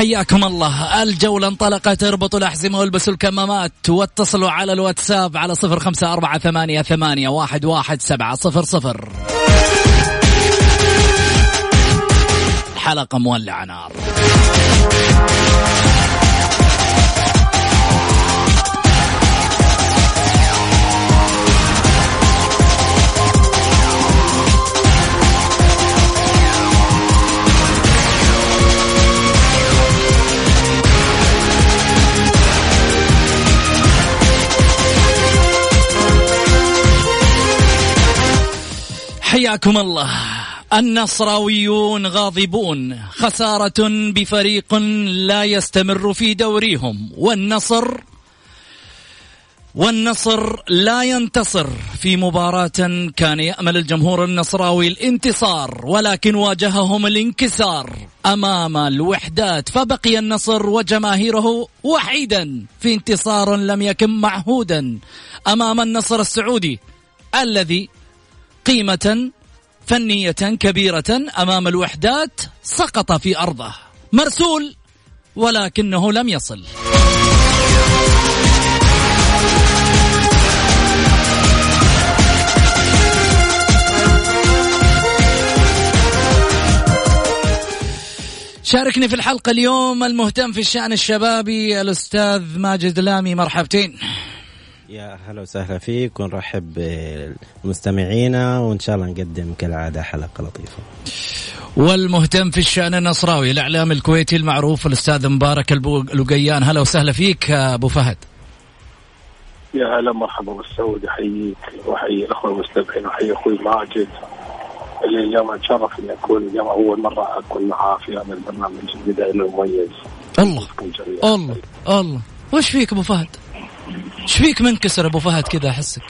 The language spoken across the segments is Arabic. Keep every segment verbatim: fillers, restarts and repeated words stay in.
حياكم الله. الجولة انطلقت. اربطوا الأحزمة والبسوا الكمامات واتصلوا على الواتساب على صفر خمسة أربعة ثمانية ثمانية واحد واحد سبعة صفر صفر. الحلقة مولعة نار. حياكم الله. النصراويون غاضبون، خسارة بفريق لا يستمر في دوريهم، والنصر والنصر لا ينتصر في مباراة كان يأمل الجمهور النصراوي الانتصار، ولكن واجههم الانكسار أمام الوحدات، فبقي النصر وجماهيره وحيدا في انتصار لم يكن معهودا أمام النصر السعودي الذي قيمة فنية كبيرة أمام الوحدات سقط في أرضه مرسول ولكنه لم يصل. شاركني في الحلقة اليوم المهتم في الشأن الشبابي الأستاذ ماجد لامي. مرحبتين. يا هلا وسهلا فيك، ونرحب بمستمعينا، وإن شاء الله نقدم كالعادة حلقة لطيفة. والمهتم في الشأن النصراوي الإعلام الكويتي المعروف الأستاذ مبارك البقيان. هلا وسهلا فيك أبو فهد. يا هلا مرحبا بالسعود، يحييك وحيي الأخوة المستمعين وحيي أخوي ماجد اللي اليوم أتشرف أن أكون اليوم أول مرة أكون معاه في هذا البرنامج البدائي المميز. الله الله الله، وش فيك أبو فهد؟ ايش فيك منكسر ابو فهد كذا احسك؟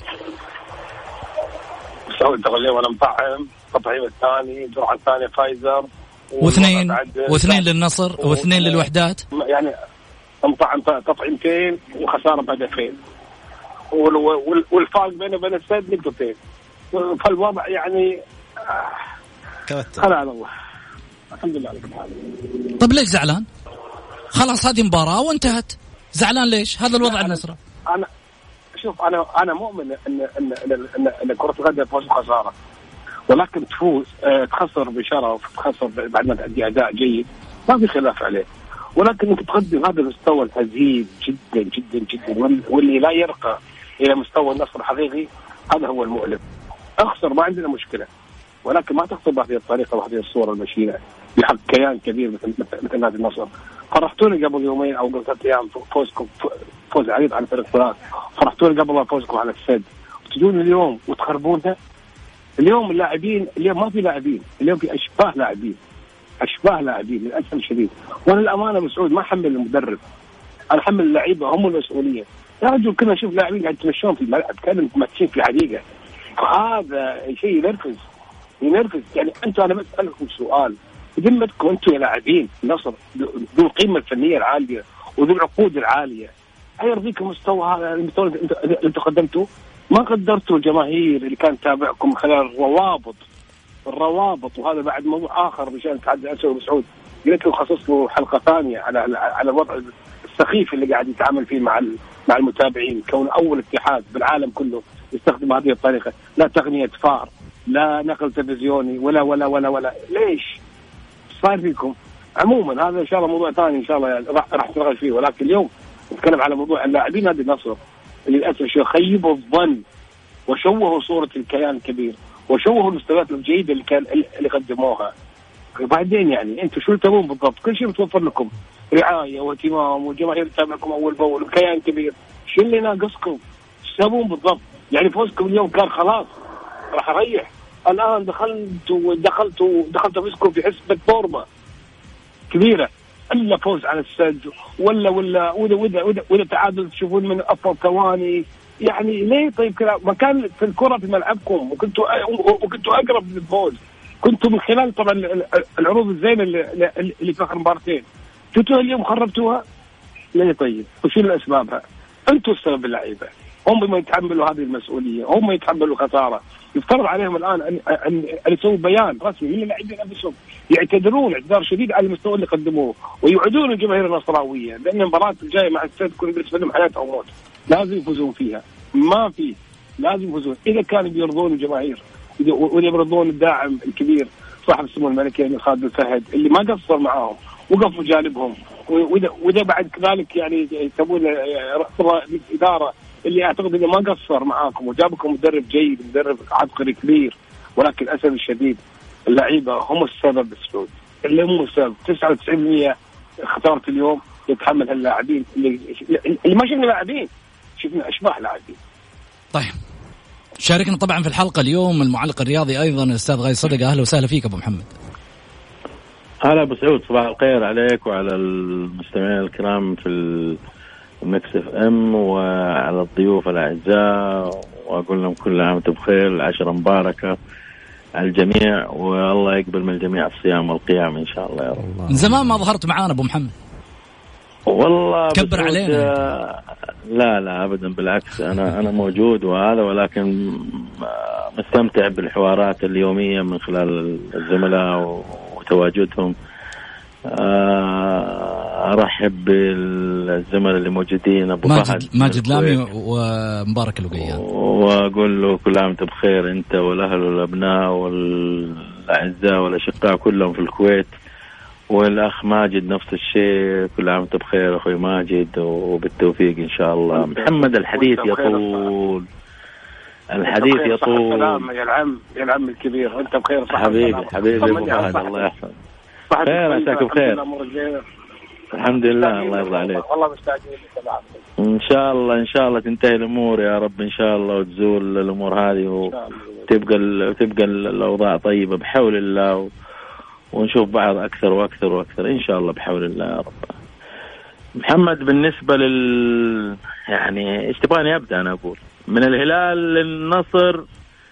سويت اليوم انا مطعم تطعيم الثاني، الجرعه الثانيه فايزر، واثنين واثنين للنصر واثنين للوحدات، يعني مطعم تطعيمتين وخساره بهدفين، والفرق بينه وبين السد نقطتين، فالوضع يعني خلع على الله. الحمد لله على كل حال. طب ليش زعلان؟ خلاص هذه مباراه وانتهت، زعلان ليش؟ هذا الوضع النصر. انا شوف انا انا مؤمن ان ان ان, إن كره القدم فوز وخساره، ولكن تفوز اه تخسر بشرف، تخسر بعد ما تأدي اداء جيد ما في خلاف عليه، ولكن انك تقدم هذا المستوى الهزيل جدا جدا جدا واللي لا يرقى الى مستوى النصر الحقيقي، هذا هو المؤلم. اخسر ما عندنا مشكله، ولكن ما تخسر بهذه الطريقه وهذه الصوره المشينه بحق كيان كبير مثل مثل نادي النصر. فرحتوني قبل يومين او قبل ثلاث ايام فوزكم فوز عريض على فريق فلان، فرحتوني قبل فوزكم على السد، وتجون اليوم وتخربونها. اليوم اللاعبين اليوم ما في لاعبين، اليوم في اشباه لاعبين اشباه لاعبين للاسف الشديد. وانا الامانه مسعود ما حمل المدرب، انا حمل اللعيبه هم المسؤوليه. يا رجل كنا نشوف لاعبين قاعد يتمشون في الملعب كانوا ماشيين في حديقه، هذا شيء ينرفز ينرفز. يعني انتم انا بسالكم سؤال، بذمتكم انتم يا لاعبين النصر ذو القيمه الفنيه العاليه وذو العقود العاليه، هيرضيكم مستوى هذا المستوى اللي انتم قدمتوه؟ ما قدرتوا الجماهير اللي كانت تابعكم من خلال الروابط الروابط وهذا بعد موضوع اخر بشان تعدي اسوي مسعود، قلت له خصص له حلقه ثانيه على على الوضع السخيف اللي قاعد يتعامل فيه مع مع المتابعين، كون اول اتحاد بالعالم كله يستخدم هذه الطريقه، لا تقنيه فار، لا نقل تلفزيوني، ولا ولا ولا ولا ليش صار فيكم؟ عموما هذا ان شاء الله موضوع ثاني ان شاء الله يعني راح راح نشتغل فيه، ولكن اليوم نتكلم على موضوع اللاعبين نادي النصر اللي للاسف شو خيبوا الظن وشوهوا صوره الكيان الكبير وشوهوا المستويات الجيده اللي كان اللي قدموها. وبعدين يعني انتم شو تبون بالضبط؟ كل شيء متوفر لكم، رعايه واهتمام والجماهير تتابعكم اول باول وكيان كبير، شو اللي ناقصكم؟ شو تبون بالضبط؟ يعني فوزكم اليوم كان خلاص راح اريح، الان دخلت ودخلت ودخلت فيكم في حسبه فورمه كبيره، الا فوز على السد ولا ولا وده وده وده, وده تعادل تشوفون من افضل ثواني. يعني ليه طيب كذا؟ ما كان في الكره في ملعبكم وكنتوا وكنتوا اقرب للفوز، كنتوا من خلال طبعا العروض الزينه اللي, اللي في اخر مباراتين جيتوها اليوم خربتوها. ليه طيب؟ وشو الاسبابها؟ انتوا السبب اللعيبه، هم بما يتحملوا هذه المسؤولية، هم يتحملوا خسارة. يفترض عليهم الآن أن أن أن يسووا بيان رسمي من اللاعبين نفسهم يعتذرون اعتذار شديد على المستوى اللي قدموه، ويوعدون الجماهير النصراوية بأن المباراة الجاية مع السد تكون بالنسبة لهم حياة أو موت، لازم يفوزون فيها، ما في لازم يفوزون. إذا كانوا بيرضون الجماهير وإذا بيرضون الداعم الكبير صاحب السمو الملكي يعني خالد الفهد اللي ما قصر معاهم وقفوا جانبهم، وإذا وإذا بعد كذلك يعني يسوون رئيس الإدارة اللي أعتقد إنه ما قصر معاكم وجابكم مدرب جيد مدرب عبقري كبير، ولكن للأسف الشديد اللعيبة هم السبب بالسعود، اللي هم السبب. تسعة وتسعين بالمئة خسارة اليوم يتحمل هاللاعبين اللي اللي ما شفنا لاعبين، شفنا أشباح لاعبين. طيب شاركنا طبعا في الحلقة اليوم المعلق الرياضي أيضا الأستاذ غاي صدقة. أهلا وسهلا فيك أبو محمد. هلا أبو سعود، صباح الخير عليك وعلى المستمعين الكرام في المكس اف ام وعلى الضيوف الأعزاء، وأقول لهم كل عام وانتم بخير، العشرة مباركة على الجميع، والله يقبل من الجميع الصيام والقيام إن شاء الله يا رب. من زمان ما ظهرت معانا أبو محمد. والله كبر علينا. لا لا أبدا، بالعكس أنا أنا موجود وهذا، ولكن مستمتع بالحوارات اليومية من خلال الزملاء وتواجدهم. أرحب بالزملاء اللي موجودين أبو ماجد, ماجد لامي ومبارك الوقيان، وأقول له كل عام وأنت بخير أنت والأهل والأبناء والأعزاء والأشقاء كلهم في الكويت، والأخ ماجد نفس الشيء، كل عام وأنت بخير أخوي ماجد وبالتوفيق إن شاء الله. محمد الحديث يطول، الحديث يطول. سلام يا العم يا العم الكبير، أنت بخير صح حبيبي حبيبي أبو فهد، الله يحفظ. خير عساك بخير الحمد لله، الله يرضى عليك. والله مستعجلين إن شاء الله إن شاء الله تنتهي الأمور يا رب إن شاء الله، وتزول الأمور هذه وتبقى تبقى الأوضاع طيبة بحول الله، و... ونشوف بعض أكثر وأكثر وأكثر إن شاء الله بحول الله يا رب. محمد بالنسبة لل يعني إيش تبغاني أبدأ؟ أنا أقول من الهلال للنصر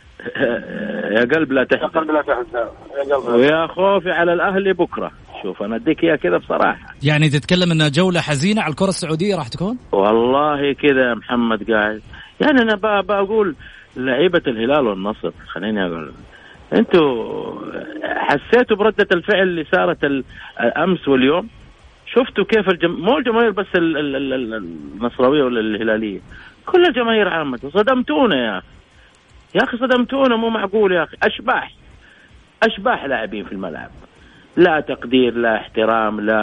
يا قلب لا تحزن، يا قلب لا تحزن، يا قلب ويا خوفي على الأهلي بكرة. شوف أنا أديك إياه كذا بصراحة. يعني تتكلم إنها جولة حزينة على الكرة السعودية راح تكون؟ والله كذا يا محمد قاعد يعني أنا بقول لعيبة الهلال والنصر، خليني أقول أنتوا حسيتوا بردة الفعل اللي صارت الأمس واليوم؟ شفتوا كيف الجم... مو الجماهير بس ال... ال... ال... النصراوية ولا الهلالية، كل الجماهير عامة صدمتونا يا أخي، يا أخي صدمتونا، مو معقول يا أخي. أشباح أشباح لاعبين في الملعب، لا تقدير لا احترام لا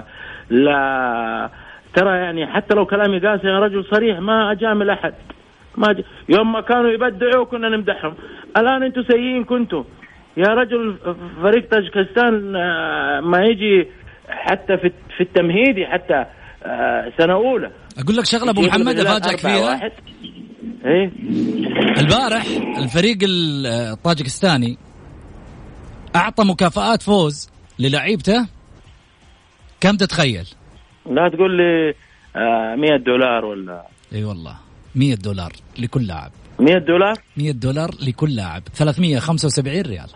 لا ترى يعني حتى لو كلامي قاسي يا رجل صريح ما أجامل أحد، ما ج... يوم ما كانوا يبدعوا كنا نمدحهم، الآن أنتوا سيئين كنتوا يا رجل. فريق طاجكستان ما يجي حتى في في التمهيدي حتى سنة أولى. أقول لك شغلة أبو محمد أفاجئك فيها. إيه البارح الفريق الطاجكستاني أعطى مكافآت فوز للاعيبته، كم تتخيل؟ لا تقول لي مية دولار ولا؟ اي والله مية دولار لكل لاعب. مية دولار؟ مية دولار لكل لاعب، ثلاثمية وخمسة وسبعين ريال.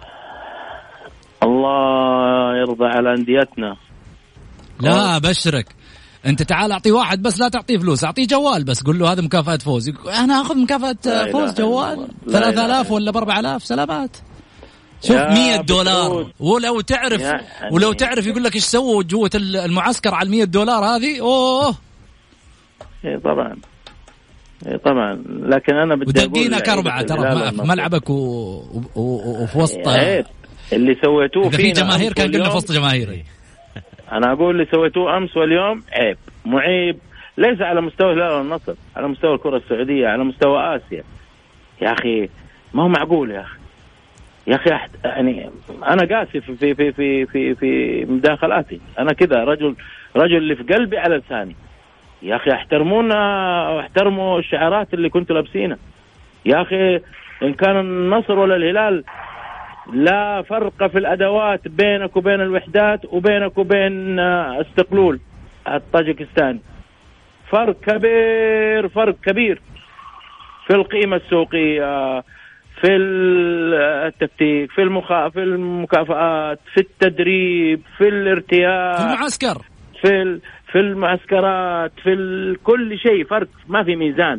الله يرضى على أنديتنا. لا بشرك انت تعال اعطي واحد بس، لا تعطيه فلوس، اعطيه جوال بس، قل له هذا مكافأة فوز، انا اخذ مكافأة فوز جوال ثلاثة آلاف ولا بأربعة آلاف. سلامات. شوف مية دولار، ولو تعرف ولو تعرف يقول لك ايش سووا جوة المعسكر على المية دولار هذه. اوه ايه طبعا ايه طبعا، لكن انا بدي اقول ودقينك أربعة ترى في ملعبك وفي وسط اللي سويتوه فينا. في جماهير كان قلنا في وسط جماهيري. انا اقول اللي سويتوه امس واليوم عيب، معيب، ليس على مستوى الهلال والنصر، على مستوى الكرة السعودية، على مستوى آسيا. يا اخي ما هو معقول يا اخي، يا اخي يعني انا قاسي في في في في في, في مداخلاتي، انا كذا رجل رجل اللي في قلبي على لساني. يا اخي احترمونا واحترموا الشعارات اللي كنتوا لابسينها. يا اخي ان كان النصر ولا الهلال لا فرق في الادوات بينك وبين الوحدات وبينك وبين استقلول الطاجكستاني، فرق كبير، فرق كبير في القيمة السوقية، في التكتيك، في المخا... في المكافآت، في التدريب، في الارتياح، في المعسكر، في ال... في المعسكرات، في ال... كل شيء فرق، ما في ميزان.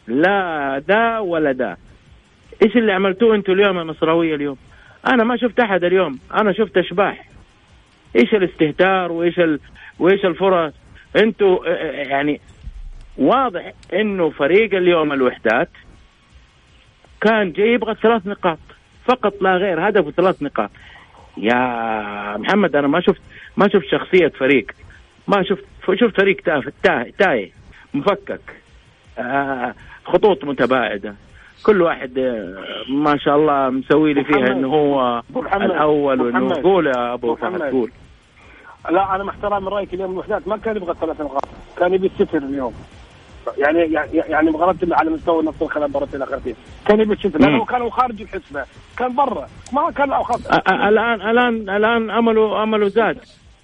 لا دا ولا دا. إيش اللي عملتوه أنتوا اليوم النصراوية اليوم؟ أنا ما شفت أحد اليوم، أنا شفت أشباح. إيش الاستهتار وإيش ال... وإيش الفرص؟ أنتوا يعني واضح إنه فريق اليوم الوحدات كان جاي يبغى ثلاث نقاط فقط لا غير، هدفه ثلاث نقاط. يا محمد أنا ما شفت ما شفت شخصية فريق، ما شفت شفت فريق تاه تاه تاه مفكك، آه خطوط متباعدة، كل واحد آه ما شاء الله مسوي لي فيها إنه هو الأول وإنه قول يا أبو فهد قول. لا أنا محترم رأيك اليوم الوحدات ما كان يبغى ثلاث نقاط، كان يبي الستر اليوم. يعني يعني يعني مغربت على مستوى النصر خلال مباراة الأخيرة كان يبي الستر، لأنه كانوا خارج الحسبة، كان برا ما كان أو خط. الآن الآن الآن أمله أمله زاد.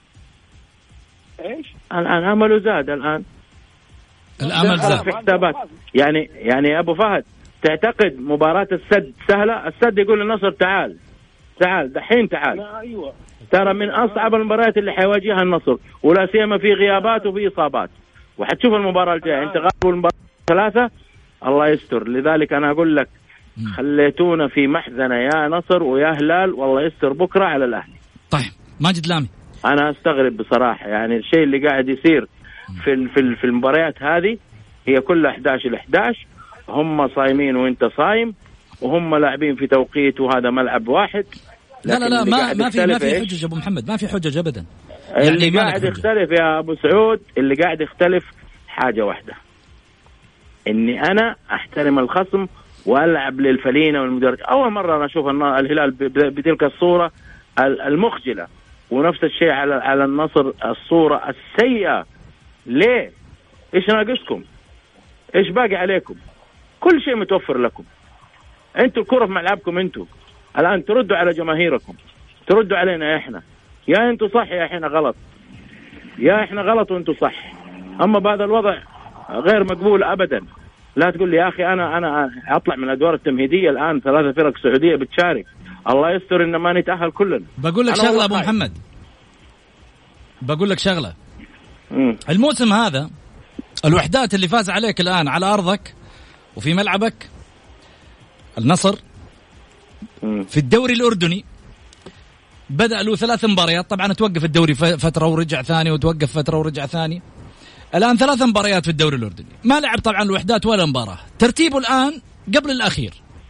إيش؟ الآن أمله زاد الآن. الأمل زاد. حسابات. يعني يعني أبو فهد تعتقد مباراة السد سهلة؟ السد يقول للنصر تعال تعال دحين تعال. أيوة. ترى من أصعب المباريات اللي حيواجهها النصر، ولا سيما في غيابات وفي إصابات، وحتشوف المباراة الجاية. أنت غالبوا المباراة ثلاثة الله يستر. لذلك أنا أقول لك خليتونا في محزنة يا نصر ويا هلال، والله يستر بكرة على الأهلي. طيب ماجد لامي، أنا أستغرب بصراحة يعني الشيء اللي قاعد يصير في في في المباريات هذه، هي كلها إحدى عشر إحدى عشر، هم صايمين وأنت صايم، وهم لاعبين في توقيت وهذا ملعب واحد. لا لا لا ما ما في ما في حجج أبو محمد، ما في حجج أبدا. يعني اللي قاعد يختلف يا أبو سعود، اللي قاعد يختلف حاجة واحدة، إني أنا أحترم الخصم وألعب للفلينة والمدرج. أول مرة أنا أشوف الهلال بتلك الصورة المخجلة، ونفس الشيء على على النصر الصورة السيئة. ليه؟ إيش ناقصكم؟ إيش باقي عليكم؟ كل شيء متوفر لكم. أنتوا الكرة في ملعبكم، أنتوا الآن تردوا على جماهيركم، تردوا علينا إحنا. يا أنتوا صح يا إحنا غلط، يا إحنا غلط وأنتوا صح. أما بهذا الوضع غير مقبول أبدا. لا تقول لي يا أخي أنا أنا أطلع من الأدوار التمهيدية الآن ثلاثة فرق سعودية بتشارك، الله يستر إن ما نتأهل كلنا. بقول لك شغلة أبو محمد، بقول لك شغلة. مم. الموسم هذا الوحدات اللي فاز عليك الآن على أرضك وفي ملعبك النصر مم. في الدوري الأردني بدأ له ثلاث مباريات، طبعا توقف الدوري فترة ورجع ثاني وتوقف فترة ورجع ثاني. الآن ثلاث مباريات في الدوري الأردني، ما لعب طبعا الوحدات ولا مباراة. ترتيبه الآن قبل الأخير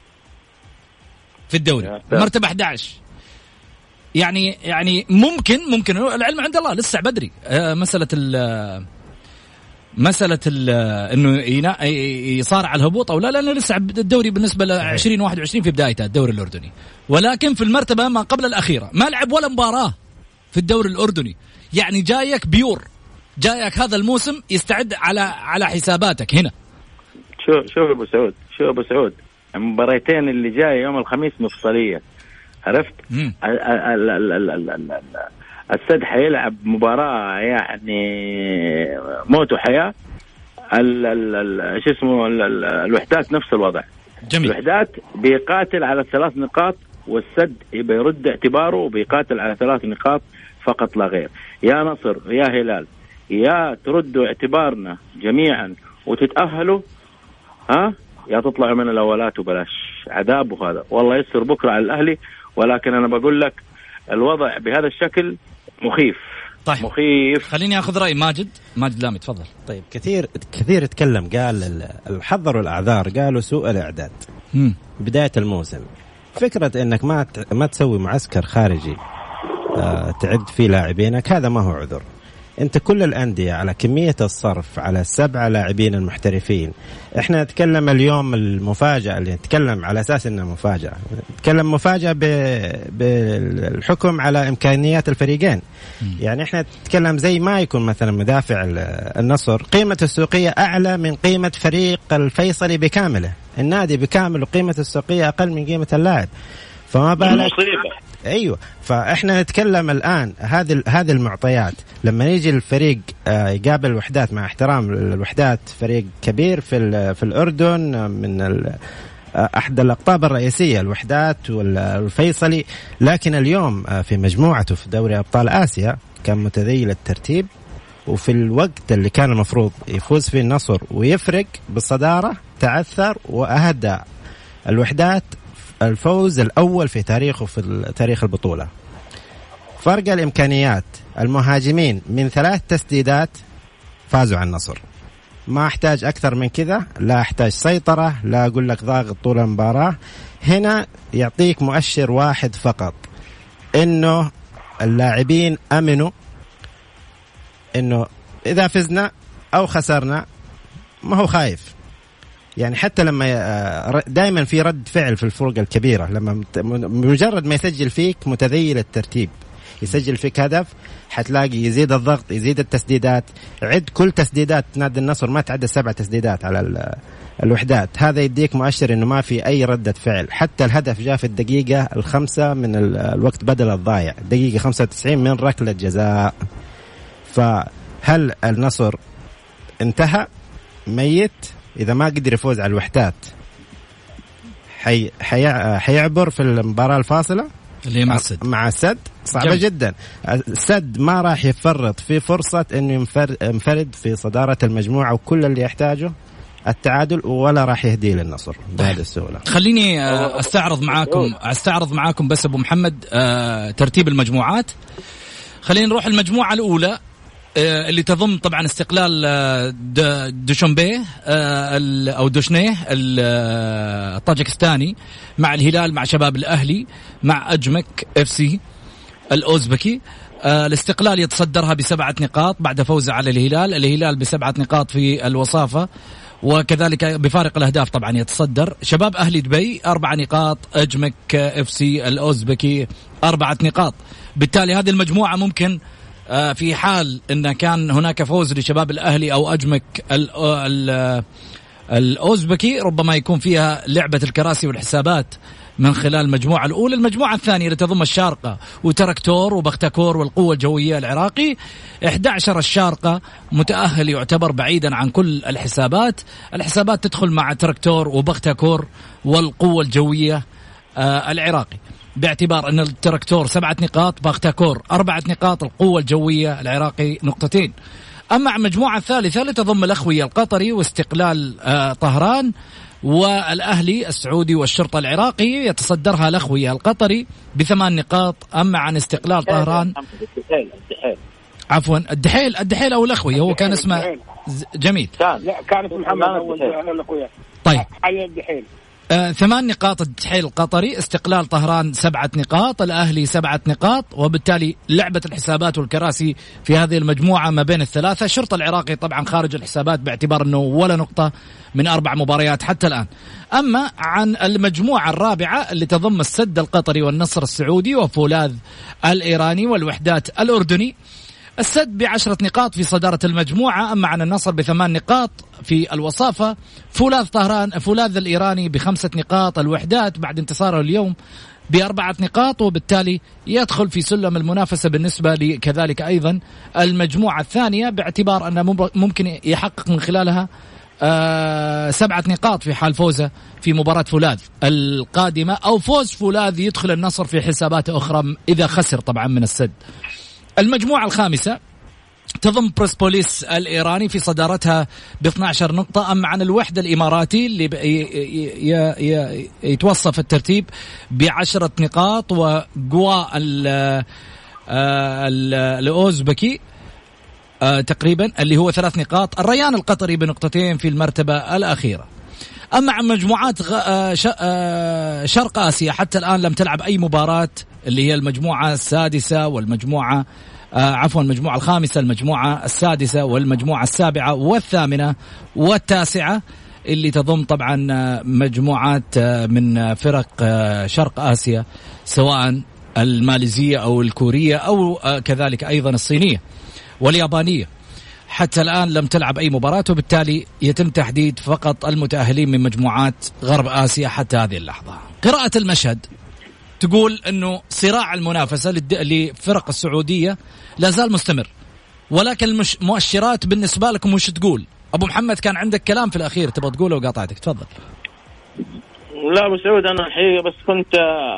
في الدوري، مرتبة أحد عشر. يعني يعني ممكن ممكن العلم عند الله لسه بدري. آه مسألة ال مسألة ال إنه يصارع الهبوط أو لا، لأنه لسه الدوري بالنسبة لعشرين واحد وعشرين في بدايته الدوري الأردني، ولكن في المرتبة ما قبل الأخيرة ما لعب ولا مباراة في الدوري الأردني. يعني جايك بيور، جايك هذا الموسم يستعد على على حساباتك هنا. شوف شوف أبو سعود، شوف أبو سعود المباراتين اللي جاي يوم الخميس مفصلية، عرفت؟ السد حيلعب مباراة يعني موت وحياة. ايش اسمه الوحدات نفس الوضع. جميل. الوحدات بيقاتل على ثلاث نقاط، والسد بيرد اعتباره وبيقاتل على ثلاث نقاط فقط لا غير. يا نصر يا هلال، يا تردوا اعتبارنا جميعا وتتأهلوا، ها يا تطلعوا من الأولات وبلاش عذاب. وهذا والله يسر بكرة على الأهلي، ولكن أنا بقول لك الوضع بهذا الشكل مخيف. طيب. مخيف. خليني أخذ رأي ماجد. ماجد لامي تفضل. طيب كثير كثير يتكلم، قال الحذر والأعذار، قالوا سوء الإعداد مم. بداية الموسم. فكرة إنك ما ما تسوي معسكر خارجي آه تعد فيه لاعبينك، هذا ما هو عذر. انت كل الأندية على كمية الصرف على السبعة لاعبين المحترفين. احنا نتكلم اليوم المفاجأة اللي نتكلم على أساس انها مفاجأة، نتكلم مفاجأة بالحكم على إمكانيات الفريقين. يعني احنا نتكلم زي ما يكون مثلا مدافع النصر قيمة السوقية أعلى من قيمة فريق الفيصلي بكامله، النادي بكامله قيمة السوقية أقل من قيمة اللاعب، فما بالك. ايوه، فاحنا نتكلم الان هذه هذه المعطيات. لما يجي الفريق يقابل الوحدات، مع احترام الوحدات فريق كبير في في الاردن، من احد الاقطاب الرئيسيه الوحدات والفيصلي، لكن اليوم في مجموعته في دوري ابطال اسيا كان متذيل الترتيب، وفي الوقت اللي كان المفروض يفوز فيه النصر ويفرق بالصداره تعثر وأهدى الوحدات الفوز الأول في تاريخه في تاريخ البطولة. فرق الإمكانيات، المهاجمين من ثلاث تسديدات فازوا على النصر، ما أحتاج أكثر من كذا، لا أحتاج سيطرة، لا أقول لك ضاغط طول المباراة. هنا يعطيك مؤشر واحد فقط، إنه اللاعبين أمنوا إنه إذا فزنا أو خسرنا ما هو خايف. يعني حتى لما دائما في رد فعل في الفرق الكبيرة، لما مجرد ما يسجل فيك متذيل الترتيب، يسجل فيك هدف، حتلاقي يزيد الضغط، يزيد التسديدات. عد كل تسديدات نادي النصر ما تعدى سبع تسديدات على الوحدات، هذا يديك مؤشر انه ما في اي ردة فعل. حتى الهدف جاء في الدقيقة الخمسة من الوقت بدل الضايع، دقيقة خمسة وتسعين من ركلة جزاء. فهل النصر انتهى ميت؟ إذا ما قدر يفوز على الوحدات حي... حي... حيعبر في المباراة الفاصلة اللي مع السد. مع السد صعبة جميل. جدا. السد ما راح يفرط في فرصة إنه ينفرد ينفرد في صدارة المجموعة، وكل اللي يحتاجه التعادل، ولا راح يهدي للنصر بهذه السهولة. خليني استعرض معاكم استعرض معاكم بس أبو محمد ترتيب المجموعات. خلينا نروح المجموعة الأولى اللي تضم طبعا استقلال دوشنبه أو دوشنيه الطاجكستاني مع الهلال، مع شباب الأهلي، مع أجمك اف سي الأوزبكي. الاستقلال يتصدرها بسبعة نقاط بعد فوزه على الهلال، الهلال بسبعة نقاط في الوصافة، وكذلك بفارق الأهداف طبعا يتصدر. شباب أهلي دبي أربع نقاط، أجمك اف سي الأوزبكي أربعة نقاط. بالتالي هذه المجموعة ممكن في حال إن كان هناك فوز لشباب الأهلي أو أجمك الأوزبكي ربما يكون فيها لعبة الكراسي والحسابات من خلال المجموعة الأولى. المجموعة الثانية اللي تضم الشارقة وتركتور وبختكور والقوة الجوية العراقي، إحدى عشر الشارقة متأهل يعتبر بعيدا عن كل الحسابات، الحسابات تدخل مع تركتور وبختكور والقوة الجوية العراقي، باعتبار أن التركتور سبعة نقاط، بختكور أربعة نقاط، القوة الجوية العراقي نقطتين. أما المجموعة الثالثة لتضم الأخوي القطري واستقلال طهران والأهلي السعودي والشرطة العراقي، يتصدرها الأخوي القطري بثمان نقاط. أما عن استقلال طهران عفوا الدحيل الدحيل أو الأخوي هو كان اسمه جميل، لا كان اسمه محمد أول الأخويا. طيب حي الدحيل آه، ثمان نقاط الدحيل القطري، استقلال طهران سبعة نقاط، الأهلي سبعة نقاط، وبالتالي لعبة الحسابات والكراسي في هذه المجموعة ما بين الثلاثة. الشرطة العراقي طبعا خارج الحسابات باعتبار أنه ولا نقطة من أربع مباريات حتى الآن. أما عن المجموعة الرابعة اللي تضم السد القطري والنصر السعودي وفولاذ الإيراني والوحدات الأردني، السد بعشرة نقاط في صدارة المجموعة. أما عن النصر بثمان نقاط في الوصافة، فولاذ طهران فولاذ الإيراني بخمسة نقاط، الوحدات بعد انتصاره اليوم بأربعة نقاط، وبالتالي يدخل في سلم المنافسة بالنسبة لكذلك أيضا المجموعة الثانية، باعتبار أنه ممكن يحقق من خلالها آه سبعة نقاط في حال فوزه في مباراة فولاذ القادمة، أو فوز فولاذ يدخل النصر في حسابات أخرى إذا خسر طبعا من السد. المجموعة الخامسة تضم برسبوليس الإيراني في صدارتها ب اثنتي عشرة نقطة. أما عن الوحدة الإماراتي اللي يتوصف الترتيب بعشرة نقاط، وقوا الأوزبكي تقريبا اللي هو ثلاث نقاط، الريان القطري بنقطتين في المرتبة الأخيرة. أما عن مجموعات شرق آسيا حتى الآن لم تلعب أي مباراة، اللي هي المجموعة السادسة والمجموعة آه عفوا المجموعة الخامسة، المجموعة السادسة والمجموعة السابعة والثامنة والتاسعة، اللي تضم طبعا مجموعات من فرق شرق آسيا سواء الماليزية أو الكورية أو كذلك أيضا الصينية واليابانية. حتى الآن لم تلعب أي مباراة، وبالتالي يتم تحديد فقط المتأهلين من مجموعات غرب آسيا حتى هذه اللحظة. قراءة المشهد تقول أنه صراع المنافسة لفرق السعودية لا زال مستمر، ولكن المؤشرات بالنسبة لكم وش تقول؟ أبو محمد كان عندك كلام في الأخير تبغى تقوله وقاطعتك، تفضل. لا أبو سعود أنا الحقيقة بس كنت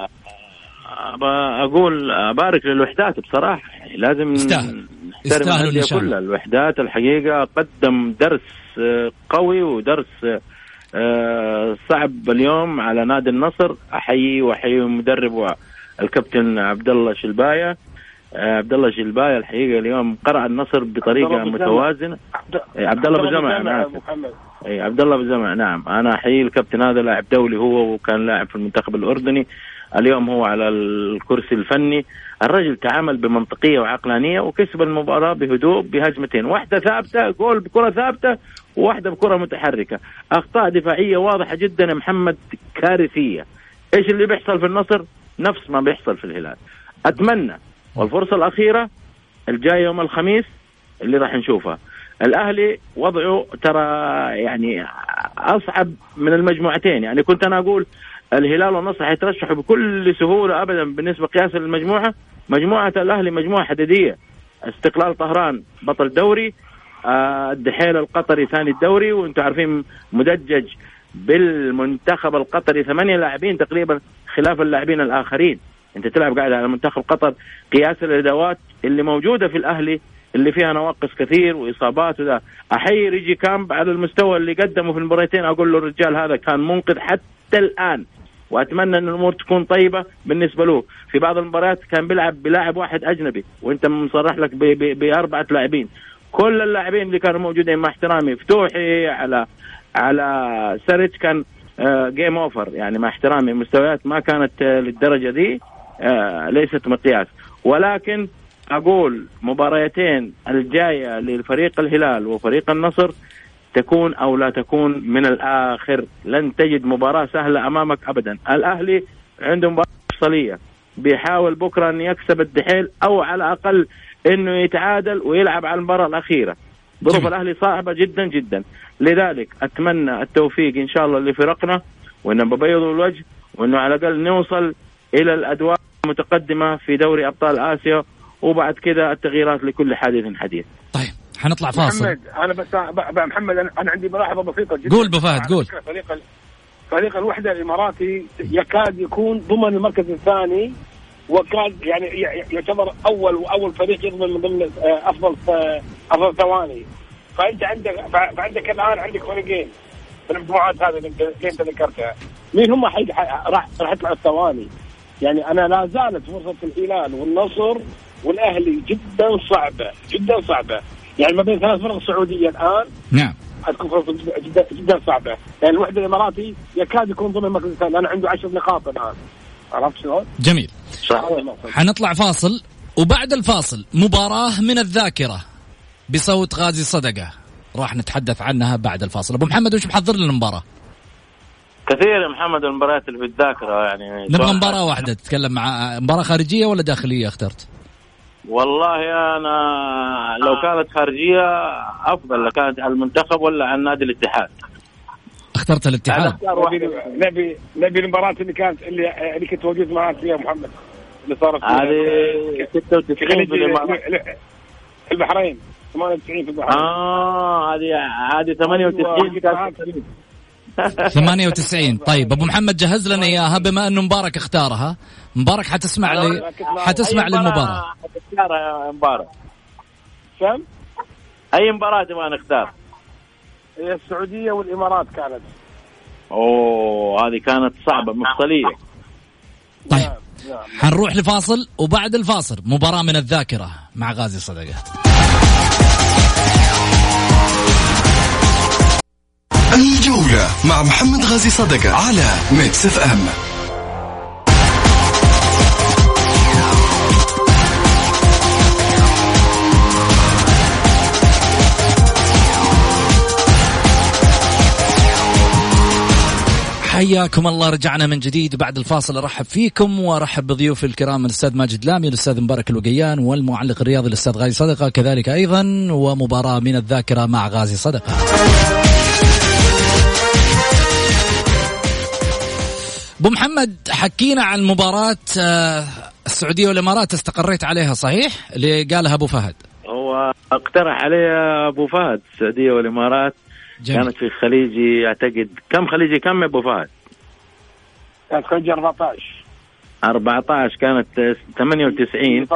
أقول أبارك للوحدات بصراحة، يعني لازم يستاهل يستاهلوا كل الوحدات الحقيقة قدم درس قوي ودرس آه صعب اليوم على نادي النصر. أحيي وأحيي المدرب والكابتن عبد الله شلباية. آه عبد الله شلباية الحقيقة اليوم قرأ النصر بطريقة متوازنة. عبد الله بجمع أنا أي عبد الله بجمع نعم. أنا أحيي الكابتن هذا لاعب دولي هو، وكان لاعب في المنتخب الأردني. اليوم هو على الكرسي الفني. الرجل تعامل بمنطقية وعقلانية وكسب المباراة بهدوء بهجمتين، واحدة ثابتة جول بكرة ثابتة وواحدة بكرة متحركة. أخطاء دفاعية واضحة جدا يا محمد كارثية. إيش اللي بيحصل في النصر نفس ما بيحصل في الهلال. أتمنى والفرصة الأخيرة الجاية يوم الخميس اللي راح نشوفها. الأهلي وضعه ترى يعني أصعب من المجموعتين. يعني كنت أنا أقول الهلال والنصر حيترشحوا بكل سهولة أبدا بالنسبة قياسا للمجموعة. مجموعة الأهلي مجموعة حديدية. استقلال طهران بطل دوري، آه الدحيل القطري ثاني الدوري، وانتم عارفين مدجج بالمنتخب القطري ثمانية لاعبين تقريبا خلاف اللاعبين الآخرين. انت تلعب قاعد على منتخب قطر قياس الأدوات اللي موجودة في الأهلي اللي فيها نواقص كثير وإصابات وده. أحيي ريجي كامب على المستوى اللي قدمه في المباراتين. أقول له الرجال هذا كان منقذ حتى الآن، وأتمنى أن الأمور تكون طيبة بالنسبة له. في بعض المباريات كان بيلعب بلاعب واحد أجنبي وأنت مصرح لك بأربعة لاعبين. كل اللاعبين اللي كانوا موجودين مع احترامي فتوحي على على سرج كان جيم أوفر. يعني مع احترامي مستويات ما كانت للدرجة دي، ليست مقياس. ولكن أقول مباريتين الجاية للفريق الهلال وفريق النصر تكون أو لا تكون من الآخر. لن تجد مباراة سهلة أمامك أبدا. الأهلي عنده مباراة مفصلية بيحاول بكرة أن يكسب الدحيل أو على الأقل أنه يتعادل ويلعب على المباراة الأخيرة. ظروف الأهلي صعبة جدا جدا. لذلك أتمنى التوفيق إن شاء الله لفرقنا، وأنه ببيضوا الوجه، وأنه على الأقل نوصل إلى الأدوار المتقدمة في دوري أبطال آسيا، وبعد كده التغييرات لكل حديث حديث. طيب حنطلع فاصل. محمد أنا بس بقى محمد أنا عندي ملاحظة بسيطة جدا. قول بفهد قول. فريق فريق الوحدة الإماراتي يكاد يكون ضمن المركز الثاني، وكان يعني يعتبر أول وأول فريق يضمن من ضمن أفضل أفضل ثواني. فأنت عندك فعندك الآن عندك فريقين من المجموعات هذه اللي أنت ذكرتها. مين هم حي راح راح يطلع الثواني؟ يعني أنا لا زالت فرصة الهلال والنصر والأهلي جدا صعبة جدا صعبة. يعني ما بين ثلاث فرق سعودية الآن نعم هتكون فرصة جدا جدا صعبة. يعني الوحدة الإماراتي يكاد يكون ضمن المركز الثاني لأنه عنده عشر نقاط الآن. عرفت شلون؟ جميل. حنطلع فاصل، وبعد الفاصل مباراة من الذاكرة بصوت غازي صدقة راح نتحدث عنها بعد الفاصل. أبو محمد وش محضر لنا المباراة؟ كثير يا محمد المباريات اللي في الذاكرة. يعني نبغى مباراة واحدة تتكلم مع مباراة خارجية ولا داخلية اخترت؟ والله أنا لو كانت خارجية أفضل، لو كانت على المنتخب ولا على النادي الاتحاد. اخترت الاتحاد. نبي نبي المباراة اللي كانت اللي اللي كنت موجود معك فيها محمد اللي صارت هذه ستة وتسعين في الإمارات في البحرين ثمانية وتسعين في البحرين. آه هذه هذه ثمانية وتسعين ثمانية وتسعين. طيب أبو محمد جهز لنا إياها بما أنه مبارك اختارها. مبارك حتسمع لي حتسمع للمباراة. حتختار مباراة كم؟ أي مباراة تبغى نختار؟ هي السعودية والإمارات كانت. أوه هذه كانت صعبة مفصلية. طيب حنروح لفاصل، وبعد الفاصل مباراة من الذاكرة مع غازي صدقة. الجولة مع محمد غازي صدقة على ميكس اف ام. حياكم الله. رجعنا من جديد بعد الفاصل. ارحب فيكم وارحب بضيوف الكرام الاستاذ ماجد لامي والاستاذ مبارك الوقيان والمعلق الرياضي الاستاذ غازي صدقة كذلك ايضا، ومباراة من الذاكرة مع غازي صدقة. ابو محمد حكينا عن مباراة السعودية والامارات، استقريت عليها صحيح اللي قالها ابو فهد؟ هو اقترح عليها ابو فهد السعودية والامارات. جميل. كانت في خليجي اعتقد. كم خليجي كم ابو فهد؟ كانت خليجي أربعة عشر أربعة عشر. كانت ثمانية وتسعين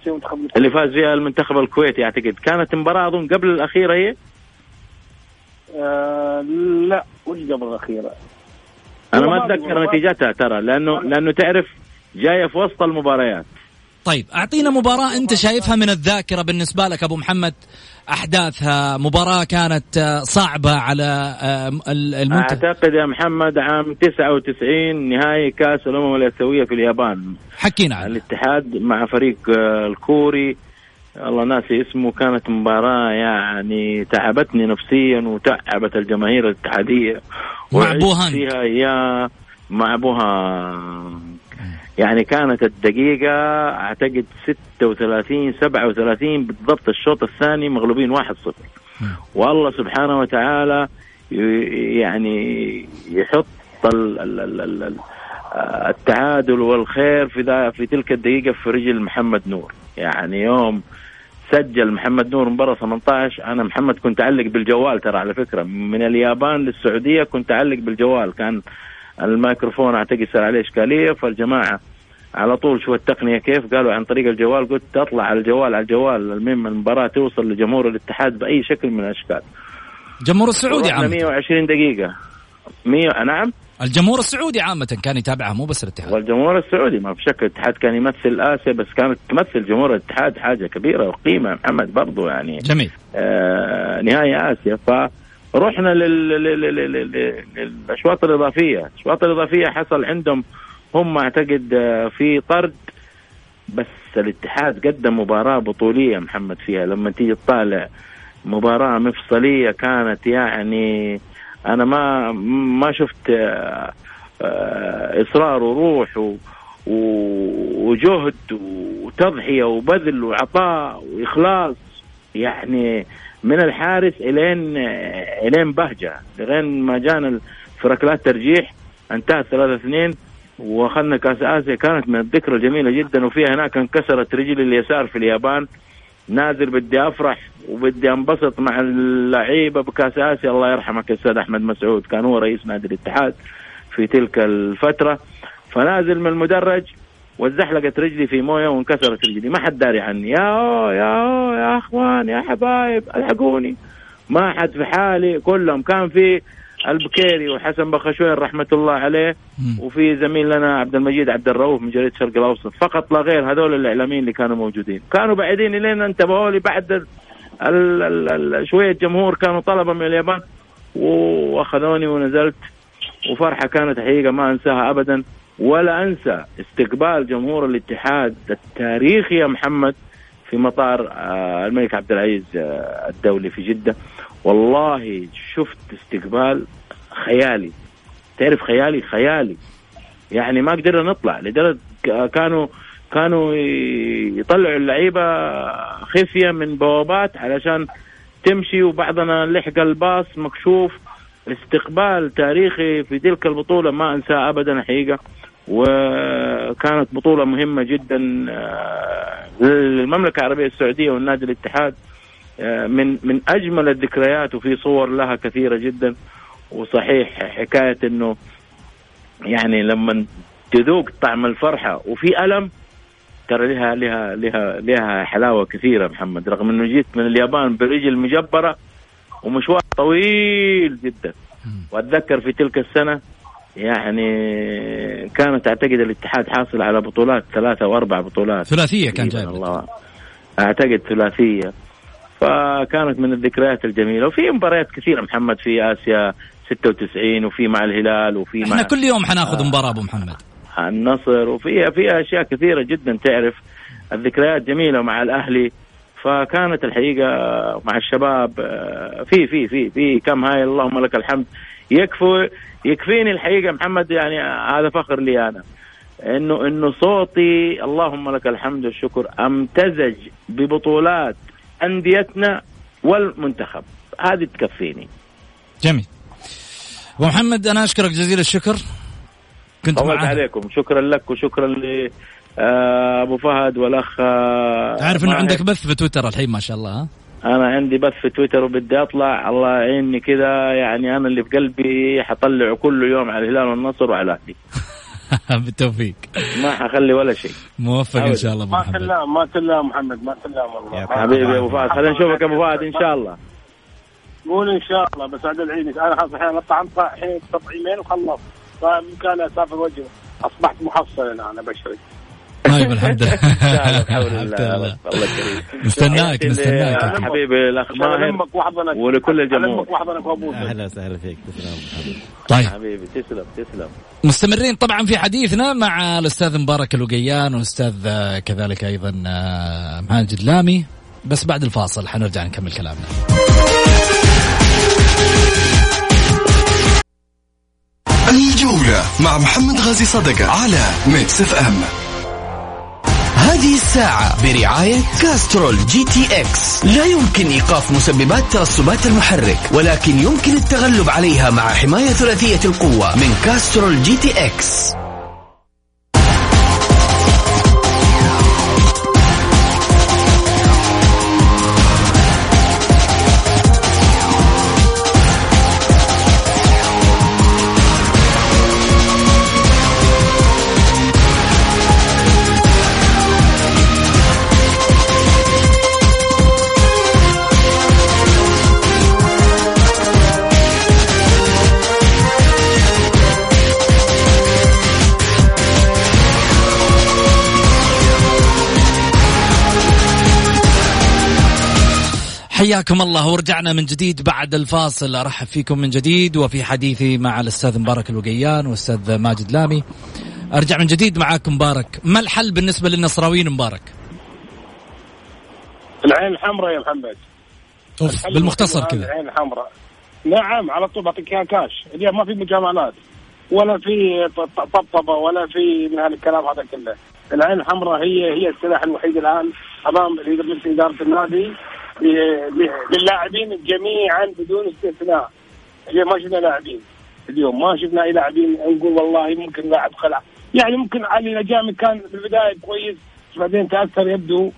اللي فاز فيها المنتخب الكويتي اعتقد. كانت مباراة اظن قبل الاخيرة هي آه لا وش قبل الأخيرة أنا ما أتذكر نتيجتها ترى، لأنه لأنه تعرف جاية في وسط المباريات. طيب أعطينا مباراة أنت شايفها من الذاكرة بالنسبة لك أبو محمد، أحداثها مباراة كانت صعبة على المنتخب. أعتقد يا محمد عام تسعة وتسعين نهائي كأس الأمم الآسيوية في اليابان، حكينا عنه الاتحاد مع فريق الكوري الله ناسي اسمه. كانت مباراة يعني تعبتني نفسيا وتعبت الجماهير الاتحادية مع بوهان فيها يا مع بوهان. يعني كانت الدقيقة أعتقد ستة وثلاثين سبعة وثلاثين بالضبط الشوط الثاني مغلوبين واحد صفر، والله سبحانه وتعالى يعني يحط التعادل والخير في في تلك الدقيقة في رجل محمد نور. يعني يوم سجل محمد نور مباراة ثمانية عشر، أنا محمد كنت أعلق بالجوال ترى على فكرة، من اليابان للسعودية كنت أعلق بالجوال، كان الميكروفون أعتقد صار عليه إشكالية، فالجماعة على طول شو التقنية كيف قالوا عن طريق الجوال، قلت أطلع على الجوال على الجوال المهم المباراة توصل لجمهور الاتحاد بأي شكل من الأشكال. جمهور السعودي عامة مئة وعشرين دقيقة مئة نعم الجمهور السعودي عامة كان يتابعها مو بس الاتحاد، والجمهور السعودي ما في شك الاتحاد كان يمثل آسيا، بس كانت تمثل جمهور الاتحاد حاجة كبيرة وقيمة محمد برضو يعني جميل. آه نهاية آسيا. فرحنا للأشواط الإضافية. الأشواط الإضافية حصل عندهم هم أعتقد في طرد، بس الاتحاد قدم مباراة بطولية محمد فيها. لما تيجي تطالع مباراة مفصلية كانت يعني أنا ما ما شفت إصرار وروح وجهد وتضحية وبذل وعطاء وإخلاص يعني من الحارس إلين إلين بهجة لغين ما جانا في ركلات ترجيح انتهت ثلاثة اثنين وأخذنا كأس آسيا. كانت من الذكرى الجميلة جدا. وفيها هناك انكسرت رجلي اليسار في اليابان، نازل بدي أفرح وبدي أنبسط مع اللعيبة بكأس آسيا. الله يرحمك السيد أحمد مسعود كان هو رئيس نادي الاتحاد في تلك الفترة، فنازل من المدرج وزحلقت رجلي في موية وانكسرت رجلي، ما حد داري عني، يا أوه يا أوه يا أخوان يا حبايب الحقوني، ما حد في حالي كلهم. كان في البكيري وحسن بخشوين رحمة الله عليه، وفي زميل لنا عبد المجيد عبد الرؤوف من جريدة الشرق الأوسط، فقط لا غير. هذول الإعلاميين اللي كانوا موجودين كانوا بعيدين لين انتبهوا لي بعد ال ال ال شوية جمهور كانوا طلبة من اليابان وأخذوني ونزلت، وفرحة كانت حقيقة ما أنساها أبدا. ولا أنسى استقبال جمهور الاتحاد التاريخي يا محمد في مطار الملك عبد العزيز الدولي في جدة. والله شفت استقبال خيالي، تعرف خيالي خيالي يعني ما قدرنا نطلع لدرجة كانوا كانوا يطلعوا اللعيبة خفية من بوابات علشان تمشي، وبعضنا لحق الباص مكشوف. استقبال تاريخي في تلك البطولة ما أنساه أبدا حقيقة، وكانت بطولة مهمة جدا للمملكة العربية السعودية والنادي الاتحاد، من من أجمل الذكريات، وفي صور لها كثيرة جدا. وصحيح حكاية إنه يعني لما تذوق طعم الفرحة وفي ألم ترى لها لها لها لها حلاوة كثيرة محمد، رغم إنه جيت من اليابان برجل مجبرة ومشوار طويل جدا. وأتذكر في تلك السنة يعني كانت أعتقد الاتحاد حاصل على بطولات ثلاثة وأربع بطولات ثلاثية كان جايب الله أعتقد ثلاثية، فكانت من الذكريات الجميلة. وفي مباريات كثيرة محمد في آسيا ستة وتسعين وفي مع الهلال وفي احنا مع كل يوم حناخذ آه مباراة أبو محمد النصر، وفي في أشياء كثيرة جدا تعرف الذكريات جميلة مع الأهلي. فكانت الحقيقة مع الشباب في في في في كم هاي اللهم لك الحمد يكفي يكفيني الحقيقة محمد، يعني هذا فخر لي أنا إنه إنه صوتي اللهم لك الحمد والشكر امتزج ببطولات أنديتنا والمنتخب، هذه تكفيني. جميل أبو محمد، أنا أشكرك جزيل الشكر، كنت معنا. عليكم، شكرا لك وشكرا ل أبو فهد والأخ. تعرف إنه عندك بث في تويتر الحين ما شاء الله. ها؟ أنا عندي بث في تويتر وبدي أطلع، الله يعيني كذا، يعني أنا اللي في قلبي حطلعه كل يوم على الهلال والنصر وعلى أهلي. بالتوفيق، ما حخلي ولا شيء. موفق إن شاء الله أبو محمد. ما تلام ما تلام محمد ما تلام والله. حبيبي أبو فهد، خلينا نشوفك أبو فهد إن شاء الله. قول ان شاء الله بس عاد العيد انا خلاص الحين طعمت الحين تطعيمين وخلصت فبامكاني اسافر وجه اصبحت محصل انا بشري. طيب الحمد لله. الحمد لله الله كريم. نستناك نستناك حبيبي الاخ ماهر ولكل الجمهور. اهلا وسهلا فيك. تسلم. طيب حبيبي تسلم تسلم. مستمرين طبعا في حديثنا مع الاستاذ مبارك الوقيان والاستاذ كذلك ايضا ماجد لامي، بس بعد الفاصل حنرجع نكمل كلامنا. الجولة مع محمد غازي صدقة على ميكس اف ام. هذه الساعة برعاية كاسترول جي تي اكس. لا يمكن إيقاف مسببات ترسبات المحرك، ولكن يمكن التغلب عليها مع حماية ثلاثية القوة من كاسترول جي تي اكس. حياكم الله ورجعنا من جديد بعد الفاصل. أرحب فيكم من جديد وفي حديثي مع الأستاذ مبارك الوقيان والأستاذ ماجد لامي. أرجع من جديد معاكم مبارك. ما الحل بالنسبة للنصراويين مبارك؟ العين الحمراء يا محمد. أوف بالمختصر كذا. العين الحمراء نعم على طول بعطيك اياها كاش. اليوم ما في مجاملات ولا في طبطبة ولا في من هالكلام هذا كله. العين الحمراء هي هي السلاح الوحيد الآن أمام إدارة النادي للاعبين جميعا بدون استثناء. اليوم ما شفنا لاعبين، اليوم ما شفنا اي لاعبين نقول والله ممكن لاعب خلع، يعني ممكن علي نجامي كان في البدايه كويس بعدين تاثر يبدو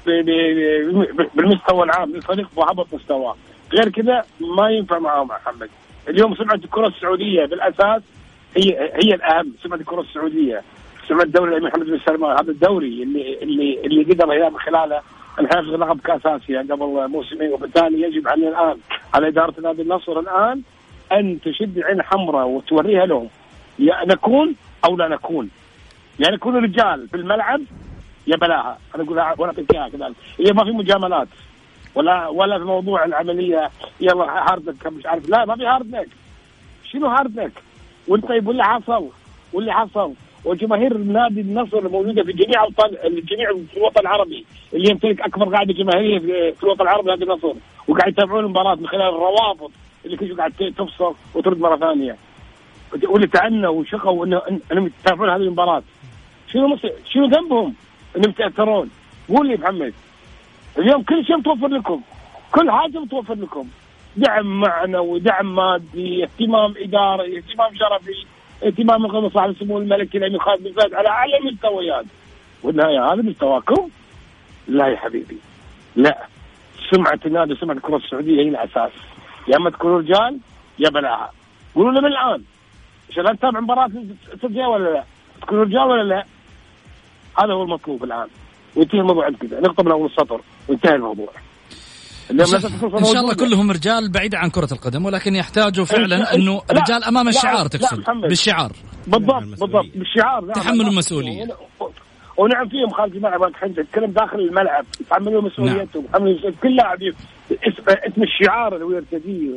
بالمستوى العام للفريق وهبط مستواه، غير كذا ما ينفع معه محمد. اليوم سمعه الكره السعوديه بالاساس هي هي الاهم، سمعه الكره السعوديه، سمعه الدوري الامير محمد بن سلمان، هذا الدوري اللي اللي اللي قدر هي من خلاله نحافظ لقب كاس اسيا قبل موسمين، وبالتالي يجب علينا الان على اداره نادي النصر الان ان تشد عين حمراء وتوريها لهم، يا نكون او لا نكون، يا يعني نكون رجال في الملعب يا بلاها. انا اقول ولا اعطيك اياها كذا، هي ما في مجاملات ولا ولا في موضوع العمليه يلا هاردك مش عارف، لا ما في هاردك. شنو هاردك؟ وانت طيب واللي حصل واللي حصل وجماهير نادي النصر الموجوده في جميع اوطان الجميع في الوطن العربي اللي يمتلك اكبر قاعده جماهيريه في الوطن العربي نادي النصر، وقاعد يتابعون المباراه من خلال الروابط اللي كل قاعد تفصل وترد مره ثانيه، واللي تعنوا وشقوا انه انهم يتابعون هذه المباراه. شنو مس... شنو ذنبهم انهم يتاثرون؟ قول لي محمد. اليوم كل شيء متوفر لكم، كل حاجه متوفر لكم، دعم معنوي، دعم مادي، اهتمام اداري، اهتمام شرفي، اهتمام من صاحب السمو الملكي الامير خالد بن زايد على اعلى مستويات. والنهايه هذا مستواكم؟ لا يا حبيبي، لا. سمعه النادي وسمعه الكره السعوديه هي الاساس، يا اما تكونوا رجال يا بلاها. قولوا لنا من الان عشان لا نتابع مباراه السعوديه ولا لا، تكونوا رجال ولا لا. هذا هو المطلوب الان، وينتهي الموضوع عند كذا، نقطه من اول السطر وانتهى الموضوع. إن شاء الله كلهم رجال بعيد عن كرة القدم، ولكن يحتاجوا فعلا أنه رجال أمام الشعار. تقصد بالشعار؟ بالضبط بالضبط بالشعار. نعم تحملوا المسؤولية. ونعم فيهم خارج الملعب، تتكلم داخل الملعب يتحملوا مسؤوليتهم. نعم. كل لاعب اسم, اسم الشعار اللي هو يرتديه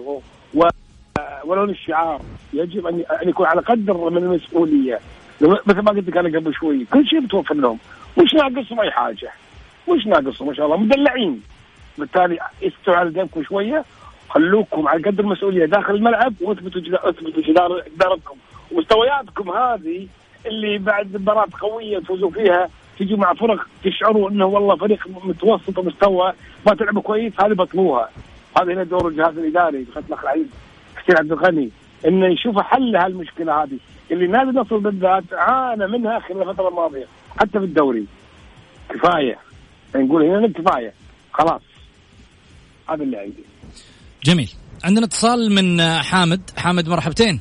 ولون الشعار يجب أن يكون على قدر من المسؤولية. مثل ما قلت لك أنا قبل شوي، كل شيء بتوفر لهم، مش ناقصهم أي حاجة، مش ناقصهم ما شاء الله، مدلعين. بالتالي استوعوا على قدامكم شويه، خلوكم على قدر المسؤوليه داخل الملعب، واثبتوا اثبتوا جدارتكم ومستوياتكم هذه اللي بعد مباراه قويه تفوزوا فيها تيجوا مع فرق تشعروا انه والله فريق متوسط المستوى ما تلعبوا كويس، هذه بطلوها. هذا هنا دور الجهاز الاداري خدت الاخ العزيز حسين عبد الغني انه يشوف حل هالمشكله هذه اللي نادي النصر بالذات عانى منها خلال الفتره الماضيه حتى في الدوري. كفايه نقول هنا كفايه خلاص، هذا اللي عندي. جميل. عندنا اتصال من حامد. حامد مرحبتين.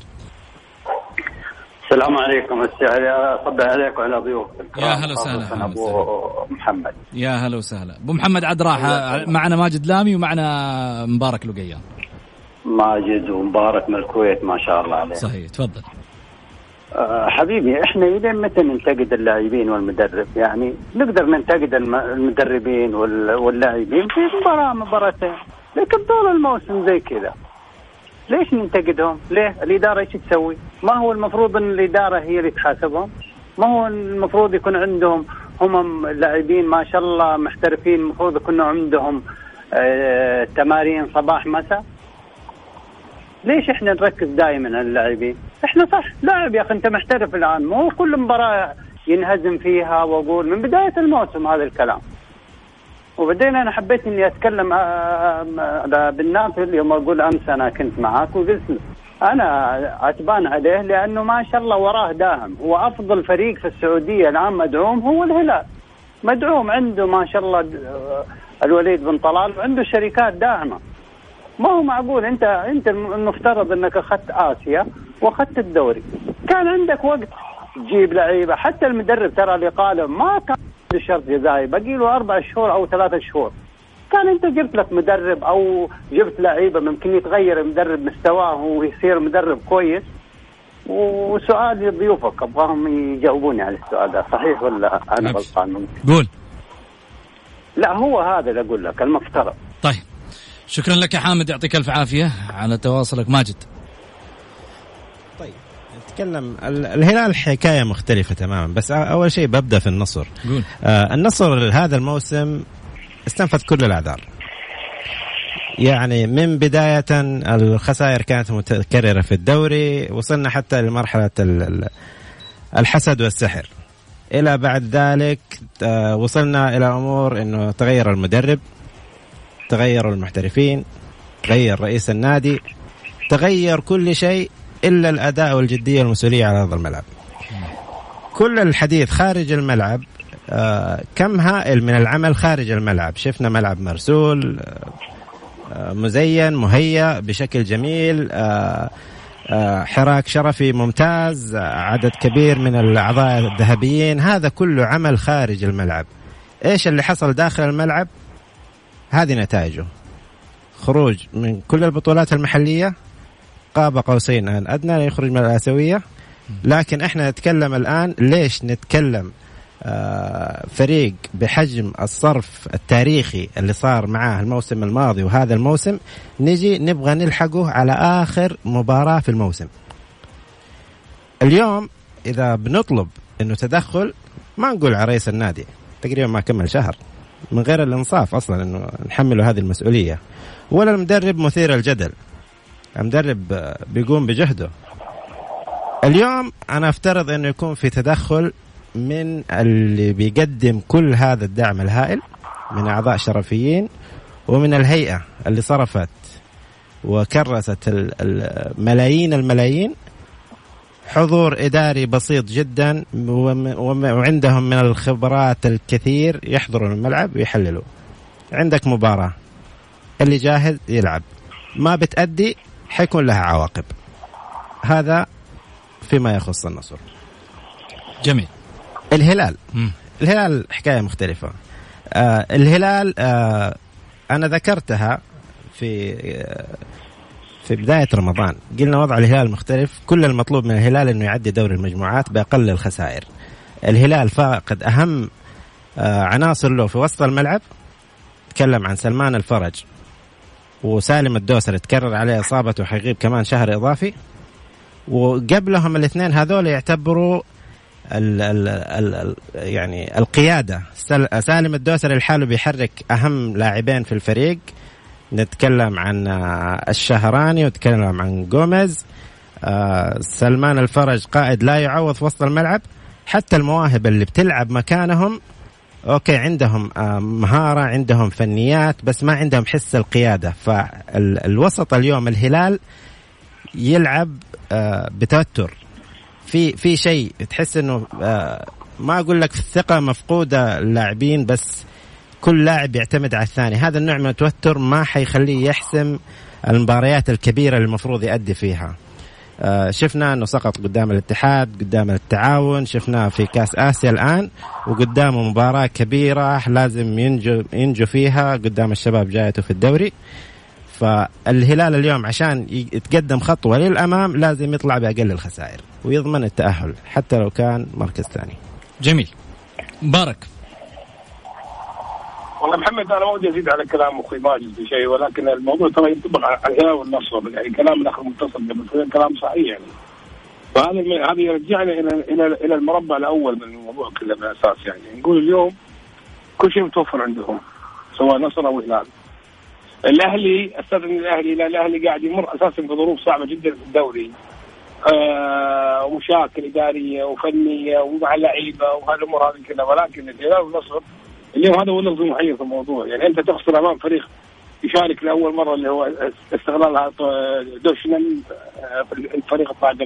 السلام عليكم، صبح عليك وعلى ضيوفك. يا هلا وسهلا ابو محمد. يا هلا وسهلا ابو محمد. عاد راح معنا ماجد لامي ومعنا مبارك الوقيان. ماجد ومبارك من الكويت ما شاء الله عليه. صحيح تفضل. أه حبيبي احنا الى متى ننتقد اللاعبين والمدرب؟ يعني نقدر ننتقد المدربين واللاعبين في مباراة مباراتين، لكن طول الموسم زي كذا ليش ننتقدهم؟ ليه؟ الإدارة ايش تسوي؟ ما هو المفروض ان الإدارة هي اللي تحاسبهم؟ ما هو المفروض يكون عندهم هم لاعبين ما شاء الله محترفين، المفروض يكون عندهم اه تمارين صباح مساء؟ ليش احنا نركز دائما على اللاعبين؟ احنا صح لاعب يا اخي انت محترف الان، مو كل مباراة ينهزم فيها، واقول من بداية الموسم هذا الكلام. وبعدين انا حبيت اني اتكلم بالناس اليوم، اقول امس انا كنت معاك وقلت انا عتبان عليه لانه ما شاء الله وراه داهم، هو افضل فريق في السعودية الان مدعوم هو الهلال، مدعوم عنده ما شاء الله الوليد بن طلال وعنده شركات داهمة. ما هو معقول انت انت المفترض انك اخذت اسيا واخذت الدوري، كان عندك وقت تجيب لعيبه، حتى المدرب ترى اللي قاله ما كان شرط جزائي، باقي له اربع شهور او ثلاثة شهور، كان انت جبت لك مدرب او جبت لعيبه ممكن يتغير المدرب مستواه ويصير مدرب كويس. وسؤال لضيوفك ابغاهم يجاوبوني على السؤال ده، صحيح ولا انا غلطان؟ قول. لا هو هذا اللي اقول لك المفترض. طيب شكرا لك يا حامد، يعطيك الف عافيه على تواصلك. ماجد. طيب نتكلم الهلال حكايه مختلفه تماما، بس اول شيء ببدا في النصر. قول. آه النصر هذا الموسم استنفذ كل الاعذار، يعني من بدايه الخسائر كانت متكرره في الدوري، وصلنا حتى لمرحله الحسد والسحر، الى بعد ذلك آه وصلنا الى امور انه تغير المدرب، تغيروا المحترفين، تغير رئيس النادي، تغير كل شيء إلا الأداء والجدية والمسؤولية على أرض الملعب. كل الحديث خارج الملعب آه كم هائل من العمل خارج الملعب. شفنا ملعب مرسول آه مزين مهيأ بشكل جميل، آه آه حراك شرفي ممتاز، آه عدد كبير من الأعضاء الذهبيين، هذا كله عمل خارج الملعب. إيش اللي حصل داخل الملعب؟ هذه نتائجه: خروج من كل البطولات المحلية، قاب قوسين الأدنى يخرج من الآسيوية. لكن احنا نتكلم الآن، ليش نتكلم آه فريق بحجم الصرف التاريخي اللي صار معاه الموسم الماضي وهذا الموسم، نجي نبغى نلحقه على آخر مباراة في الموسم. اليوم إذا بنطلب إنه تدخل، ما نقول على رئيس النادي، تقريبا ما كمل شهر، من غير الانصاف اصلا انه نحمله هذه المسؤوليه، ولا المدرب مثير الجدل، المدرب بيقوم بجهده. اليوم انا افترض انه يكون في تدخل من اللي بيقدم كل هذا الدعم الهائل من اعضاء شرفيين، ومن الهيئه اللي صرفت وكرست الملايين الملايين، حضور إداري بسيط جدا، وعندهم من الخبرات الكثير يحضروا الملعب ويحللوا. عندك مباراة، اللي جاهز يلعب، ما بتأدي حيكون لها عواقب. هذا فيما يخص النصر. جميل. الهلال م. الهلال حكاية مختلفة. آه الهلال آه أنا ذكرتها في آه في بداية رمضان، قلنا وضع الهلال مختلف، كل المطلوب من الهلال أنه يعدي دوري المجموعات بأقل الخسائر. الهلال فاقد أهم آه عناصر له في وسط الملعب، تكلم عن سلمان الفرج وسالم الدوسري، تكرر عليه إصابته وحيغيب كمان شهر إضافي، وقبلهم الاثنين هذول يعتبروا ال ال ال يعني القيادة. سالم الدوسري الحاله بيحرك أهم لاعبين في الفريق، نتكلم عن الشهراني ونتكلم عن جوميز. آه سلمان الفرج قائد لا يعوض في وسط الملعب، حتى المواهب اللي بتلعب مكانهم أوكي عندهم آه مهارة، عندهم فنيات، بس ما عندهم حس القيادة. فالوسط اليوم الهلال يلعب آه بتوتر، في في شيء تحس إنه آه ما أقول لك في الثقة مفقودة اللاعبين، بس كل لاعب يعتمد على الثاني. هذا النوع من التوتر ما حيخليه يحسم المباريات الكبيرة اللي المفروض يؤدي فيها. آه شفنا أنه سقط قدام الاتحاد، قدام التعاون، شفناه في كاس آسيا الآن، وقدامه مباراة كبيرة لازم ينجو, ينجو فيها قدام الشباب جايته في الدوري. فالهلال اليوم عشان يتقدم خطوة للأمام لازم يطلع بأقل الخسائر ويضمن التأهل حتى لو كان مركز ثاني. جميل. مبارك. والله محمد أنا ما ودي أزيد على كلام أخوي ماجد بشيء، ولكن الموضوع ترى ينطبق على الهلال والنصر، يعني كلام الأخ متصل قبل كلام صحيح يعني. فهذا هذا يرجعنا إلى إلى إلى المربع الأول من الموضوع كله بالأساس. يعني نقول اليوم كل شيء متوفر عندهم سواء نصر أو هلال. الأهلي أستاذ الأهلي لا الأهلي قاعد يمر أساسا في ظروف صعبة جدا في الدوري، آه ومشاكل إدارية وفنية ومع اللعيبة وهالأمور هذه كلها، ولكن الهلال والنصر اليوم هذا هو اللغز محير في الموضوع. يعني أنت تخسر أمام فريق يشارك لأول مرة اللي هو استغلال دوشنن الفريق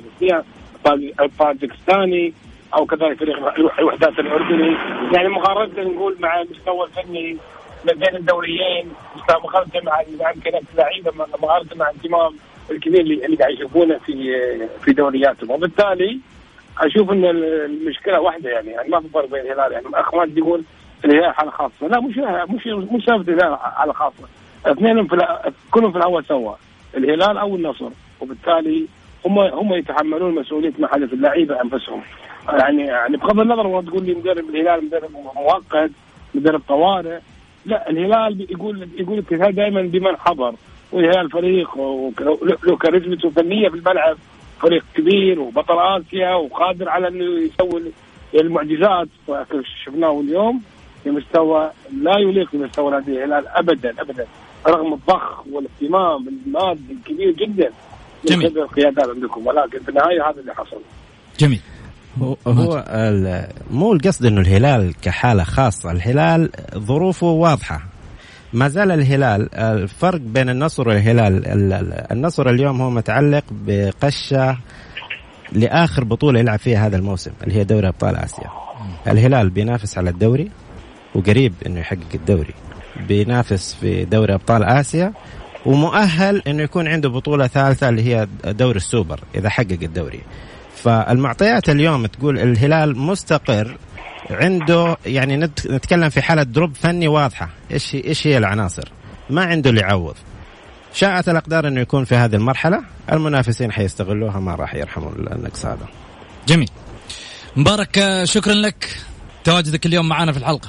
الطاجكستاني أو كذلك فريق الوحدات الأردني، يعني مقارنة نقول مع المستوى الفني بين الدوريين، مقارنة مع إمكانيات اللعيبة، مقارنة مع اهتمام الكبير اللي اللي قاعد يشوفونه في في دورياتهم. وبالتالي أشوف إن المشكلة واحدة، يعني, يعني ما في فرق بين الهلال. يعني أخ ماجد يقول الهلال حالة خاصة، لا مش مش مش سبب الهلال حالة خاصة، اثنين في كلهم في الأول سوا، الهلال أو النصر. وبالتالي هم هم يتحملون مسؤولية محل في اللعيبة أنفسهم. يعني يعني بغض النظر ما تقول لي مدرب الهلال مدرب مؤقت مدرب طوارئ، لا الهلال يقول يقول الهلال دائما بمن حضر، والهلال فريق له كاريزمته فنية في الملعب، فريق كبير وبطل آسيا وقادر على إنه يسوي المعجزات. شفناه اليوم بمستوى لا يليق بمستوى نادي الهلال أبدا أبدا، رغم الضخ والاهتمام المادي الكبير جدا من قبل القيادات عندكم، ولكن في النهاية هذا اللي حصل. جميل. هو, هو مو القصد إنه الهلال كحالة خاصة، الهلال ظروفه واضحة. ما زال الهلال الفرق بين النصر والهلال، النصر اليوم هو متعلق بقشة لآخر بطولة يلعب فيها هذا الموسم اللي هي دوري أبطال آسيا. الهلال بينافس على الدوري وقريب إنه يحقق الدوري، بينافس في دوري أبطال آسيا ومؤهل إنه يكون عنده بطولة ثالثة اللي هي دوري السوبر إذا حقق الدوري. فالمعطيات اليوم تقول الهلال مستقر عنده، يعني نتكلم في حالة دروب فني واضحة. إيش إيش هي العناصر؟ ما عنده اللي يعوض. شاءت الأقدار إنه يكون في هذه المرحلة، المنافسين حيستغلوها، ما راح يرحموا النقص هذا. جميل. مبارك، شكرا لك تواجدك اليوم معنا في الحلقة.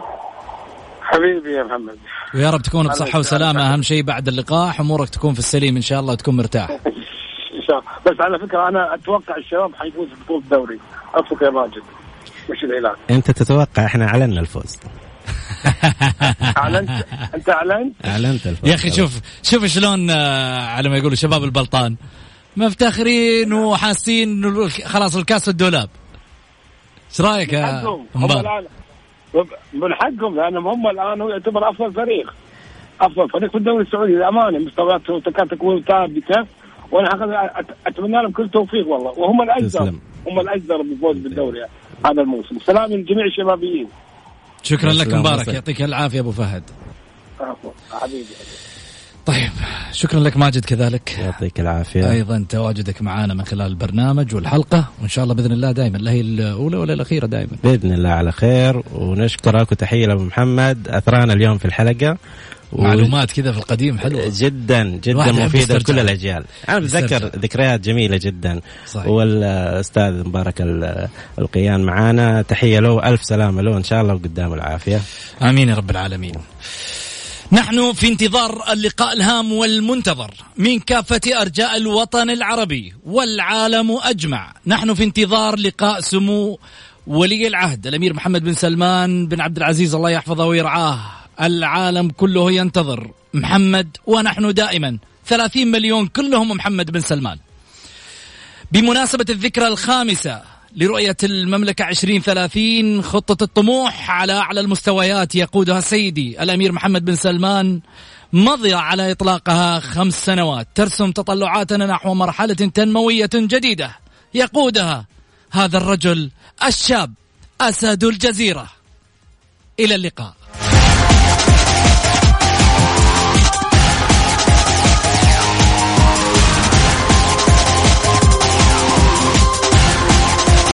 حبيبي يا محمد، ويا رب تكون بصحة وسلامة. أهم شيء بعد اللقاء أمورك تكون في السليم إن شاء الله وتكون مرتاح. إن شاء الله. بس على فكرة أنا أتوقع الشباب حيفوز بطولة الدوري. أتوقع يا ماجد مش الهلال. أنت تتوقع، إحنا أعلنا الفوز. أعلنت أنت أعلنت أعلنت الفوز. يا أخي شوف شوف شلون على ما يقولوا شباب البلطان مفتخرين وحاسين إنه خلاص الكاس الدولاب. إيش رأيك يا مبارك؟ من حقهم، لأنهم هم الآن هو يعتبر أفضل فريق أفضل فريق في الدوري السعودي للأمانة. مستوياته تكاد تكون ثابتة، وأنا أتمنى لهم كل توفيق والله، وهم الأجدر هم الأجدر بالفوز بالدوري هذا الموسم. سلام لجميع الشبابيين. شكرا لك مبارك، يعطيك العافية أبو فهد. حبيبي. طيب شكرا لك ماجد كذلك، يعطيك العافية أيضا تواجدك معنا من خلال البرنامج والحلقة، وإن شاء الله بإذن الله دائما، لا هي الأولى ولا الأخيرة، دائما بإذن الله على خير. ونشكرك وتحية لأبو محمد، أثرانا اليوم في الحلقة معلومات كذا في القديم حلوة جدا جدا مفيدة لكل الأجيال. أنا بتذكر ذكريات جميلة جدا. صحيح. والأستاذ مبارك القيان معانا، تحية له، ألف سلامة له إن شاء الله وقدام العافية. آمين يا رب العالمين. نحن في انتظار اللقاء الهام والمنتظر من كافة أرجاء الوطن العربي والعالم أجمع. نحن في انتظار لقاء سمو ولي العهد الأمير محمد بن سلمان بن عبد العزيز الله يحفظه ويرعاه. العالم كله ينتظر محمد، ونحن دائما ثلاثين مليون كلهم محمد بن سلمان. بمناسبة الذكرى الخامسة لرؤية المملكة عشرين ثلاثين، خطة الطموح على أعلى المستويات يقودها سيدي الأمير محمد بن سلمان، مضي على إطلاقها خمس سنوات ترسم تطلعاتنا نحو مرحلة تنموية جديدة يقودها هذا الرجل الشاب أسد الجزيرة. إلى اللقاء.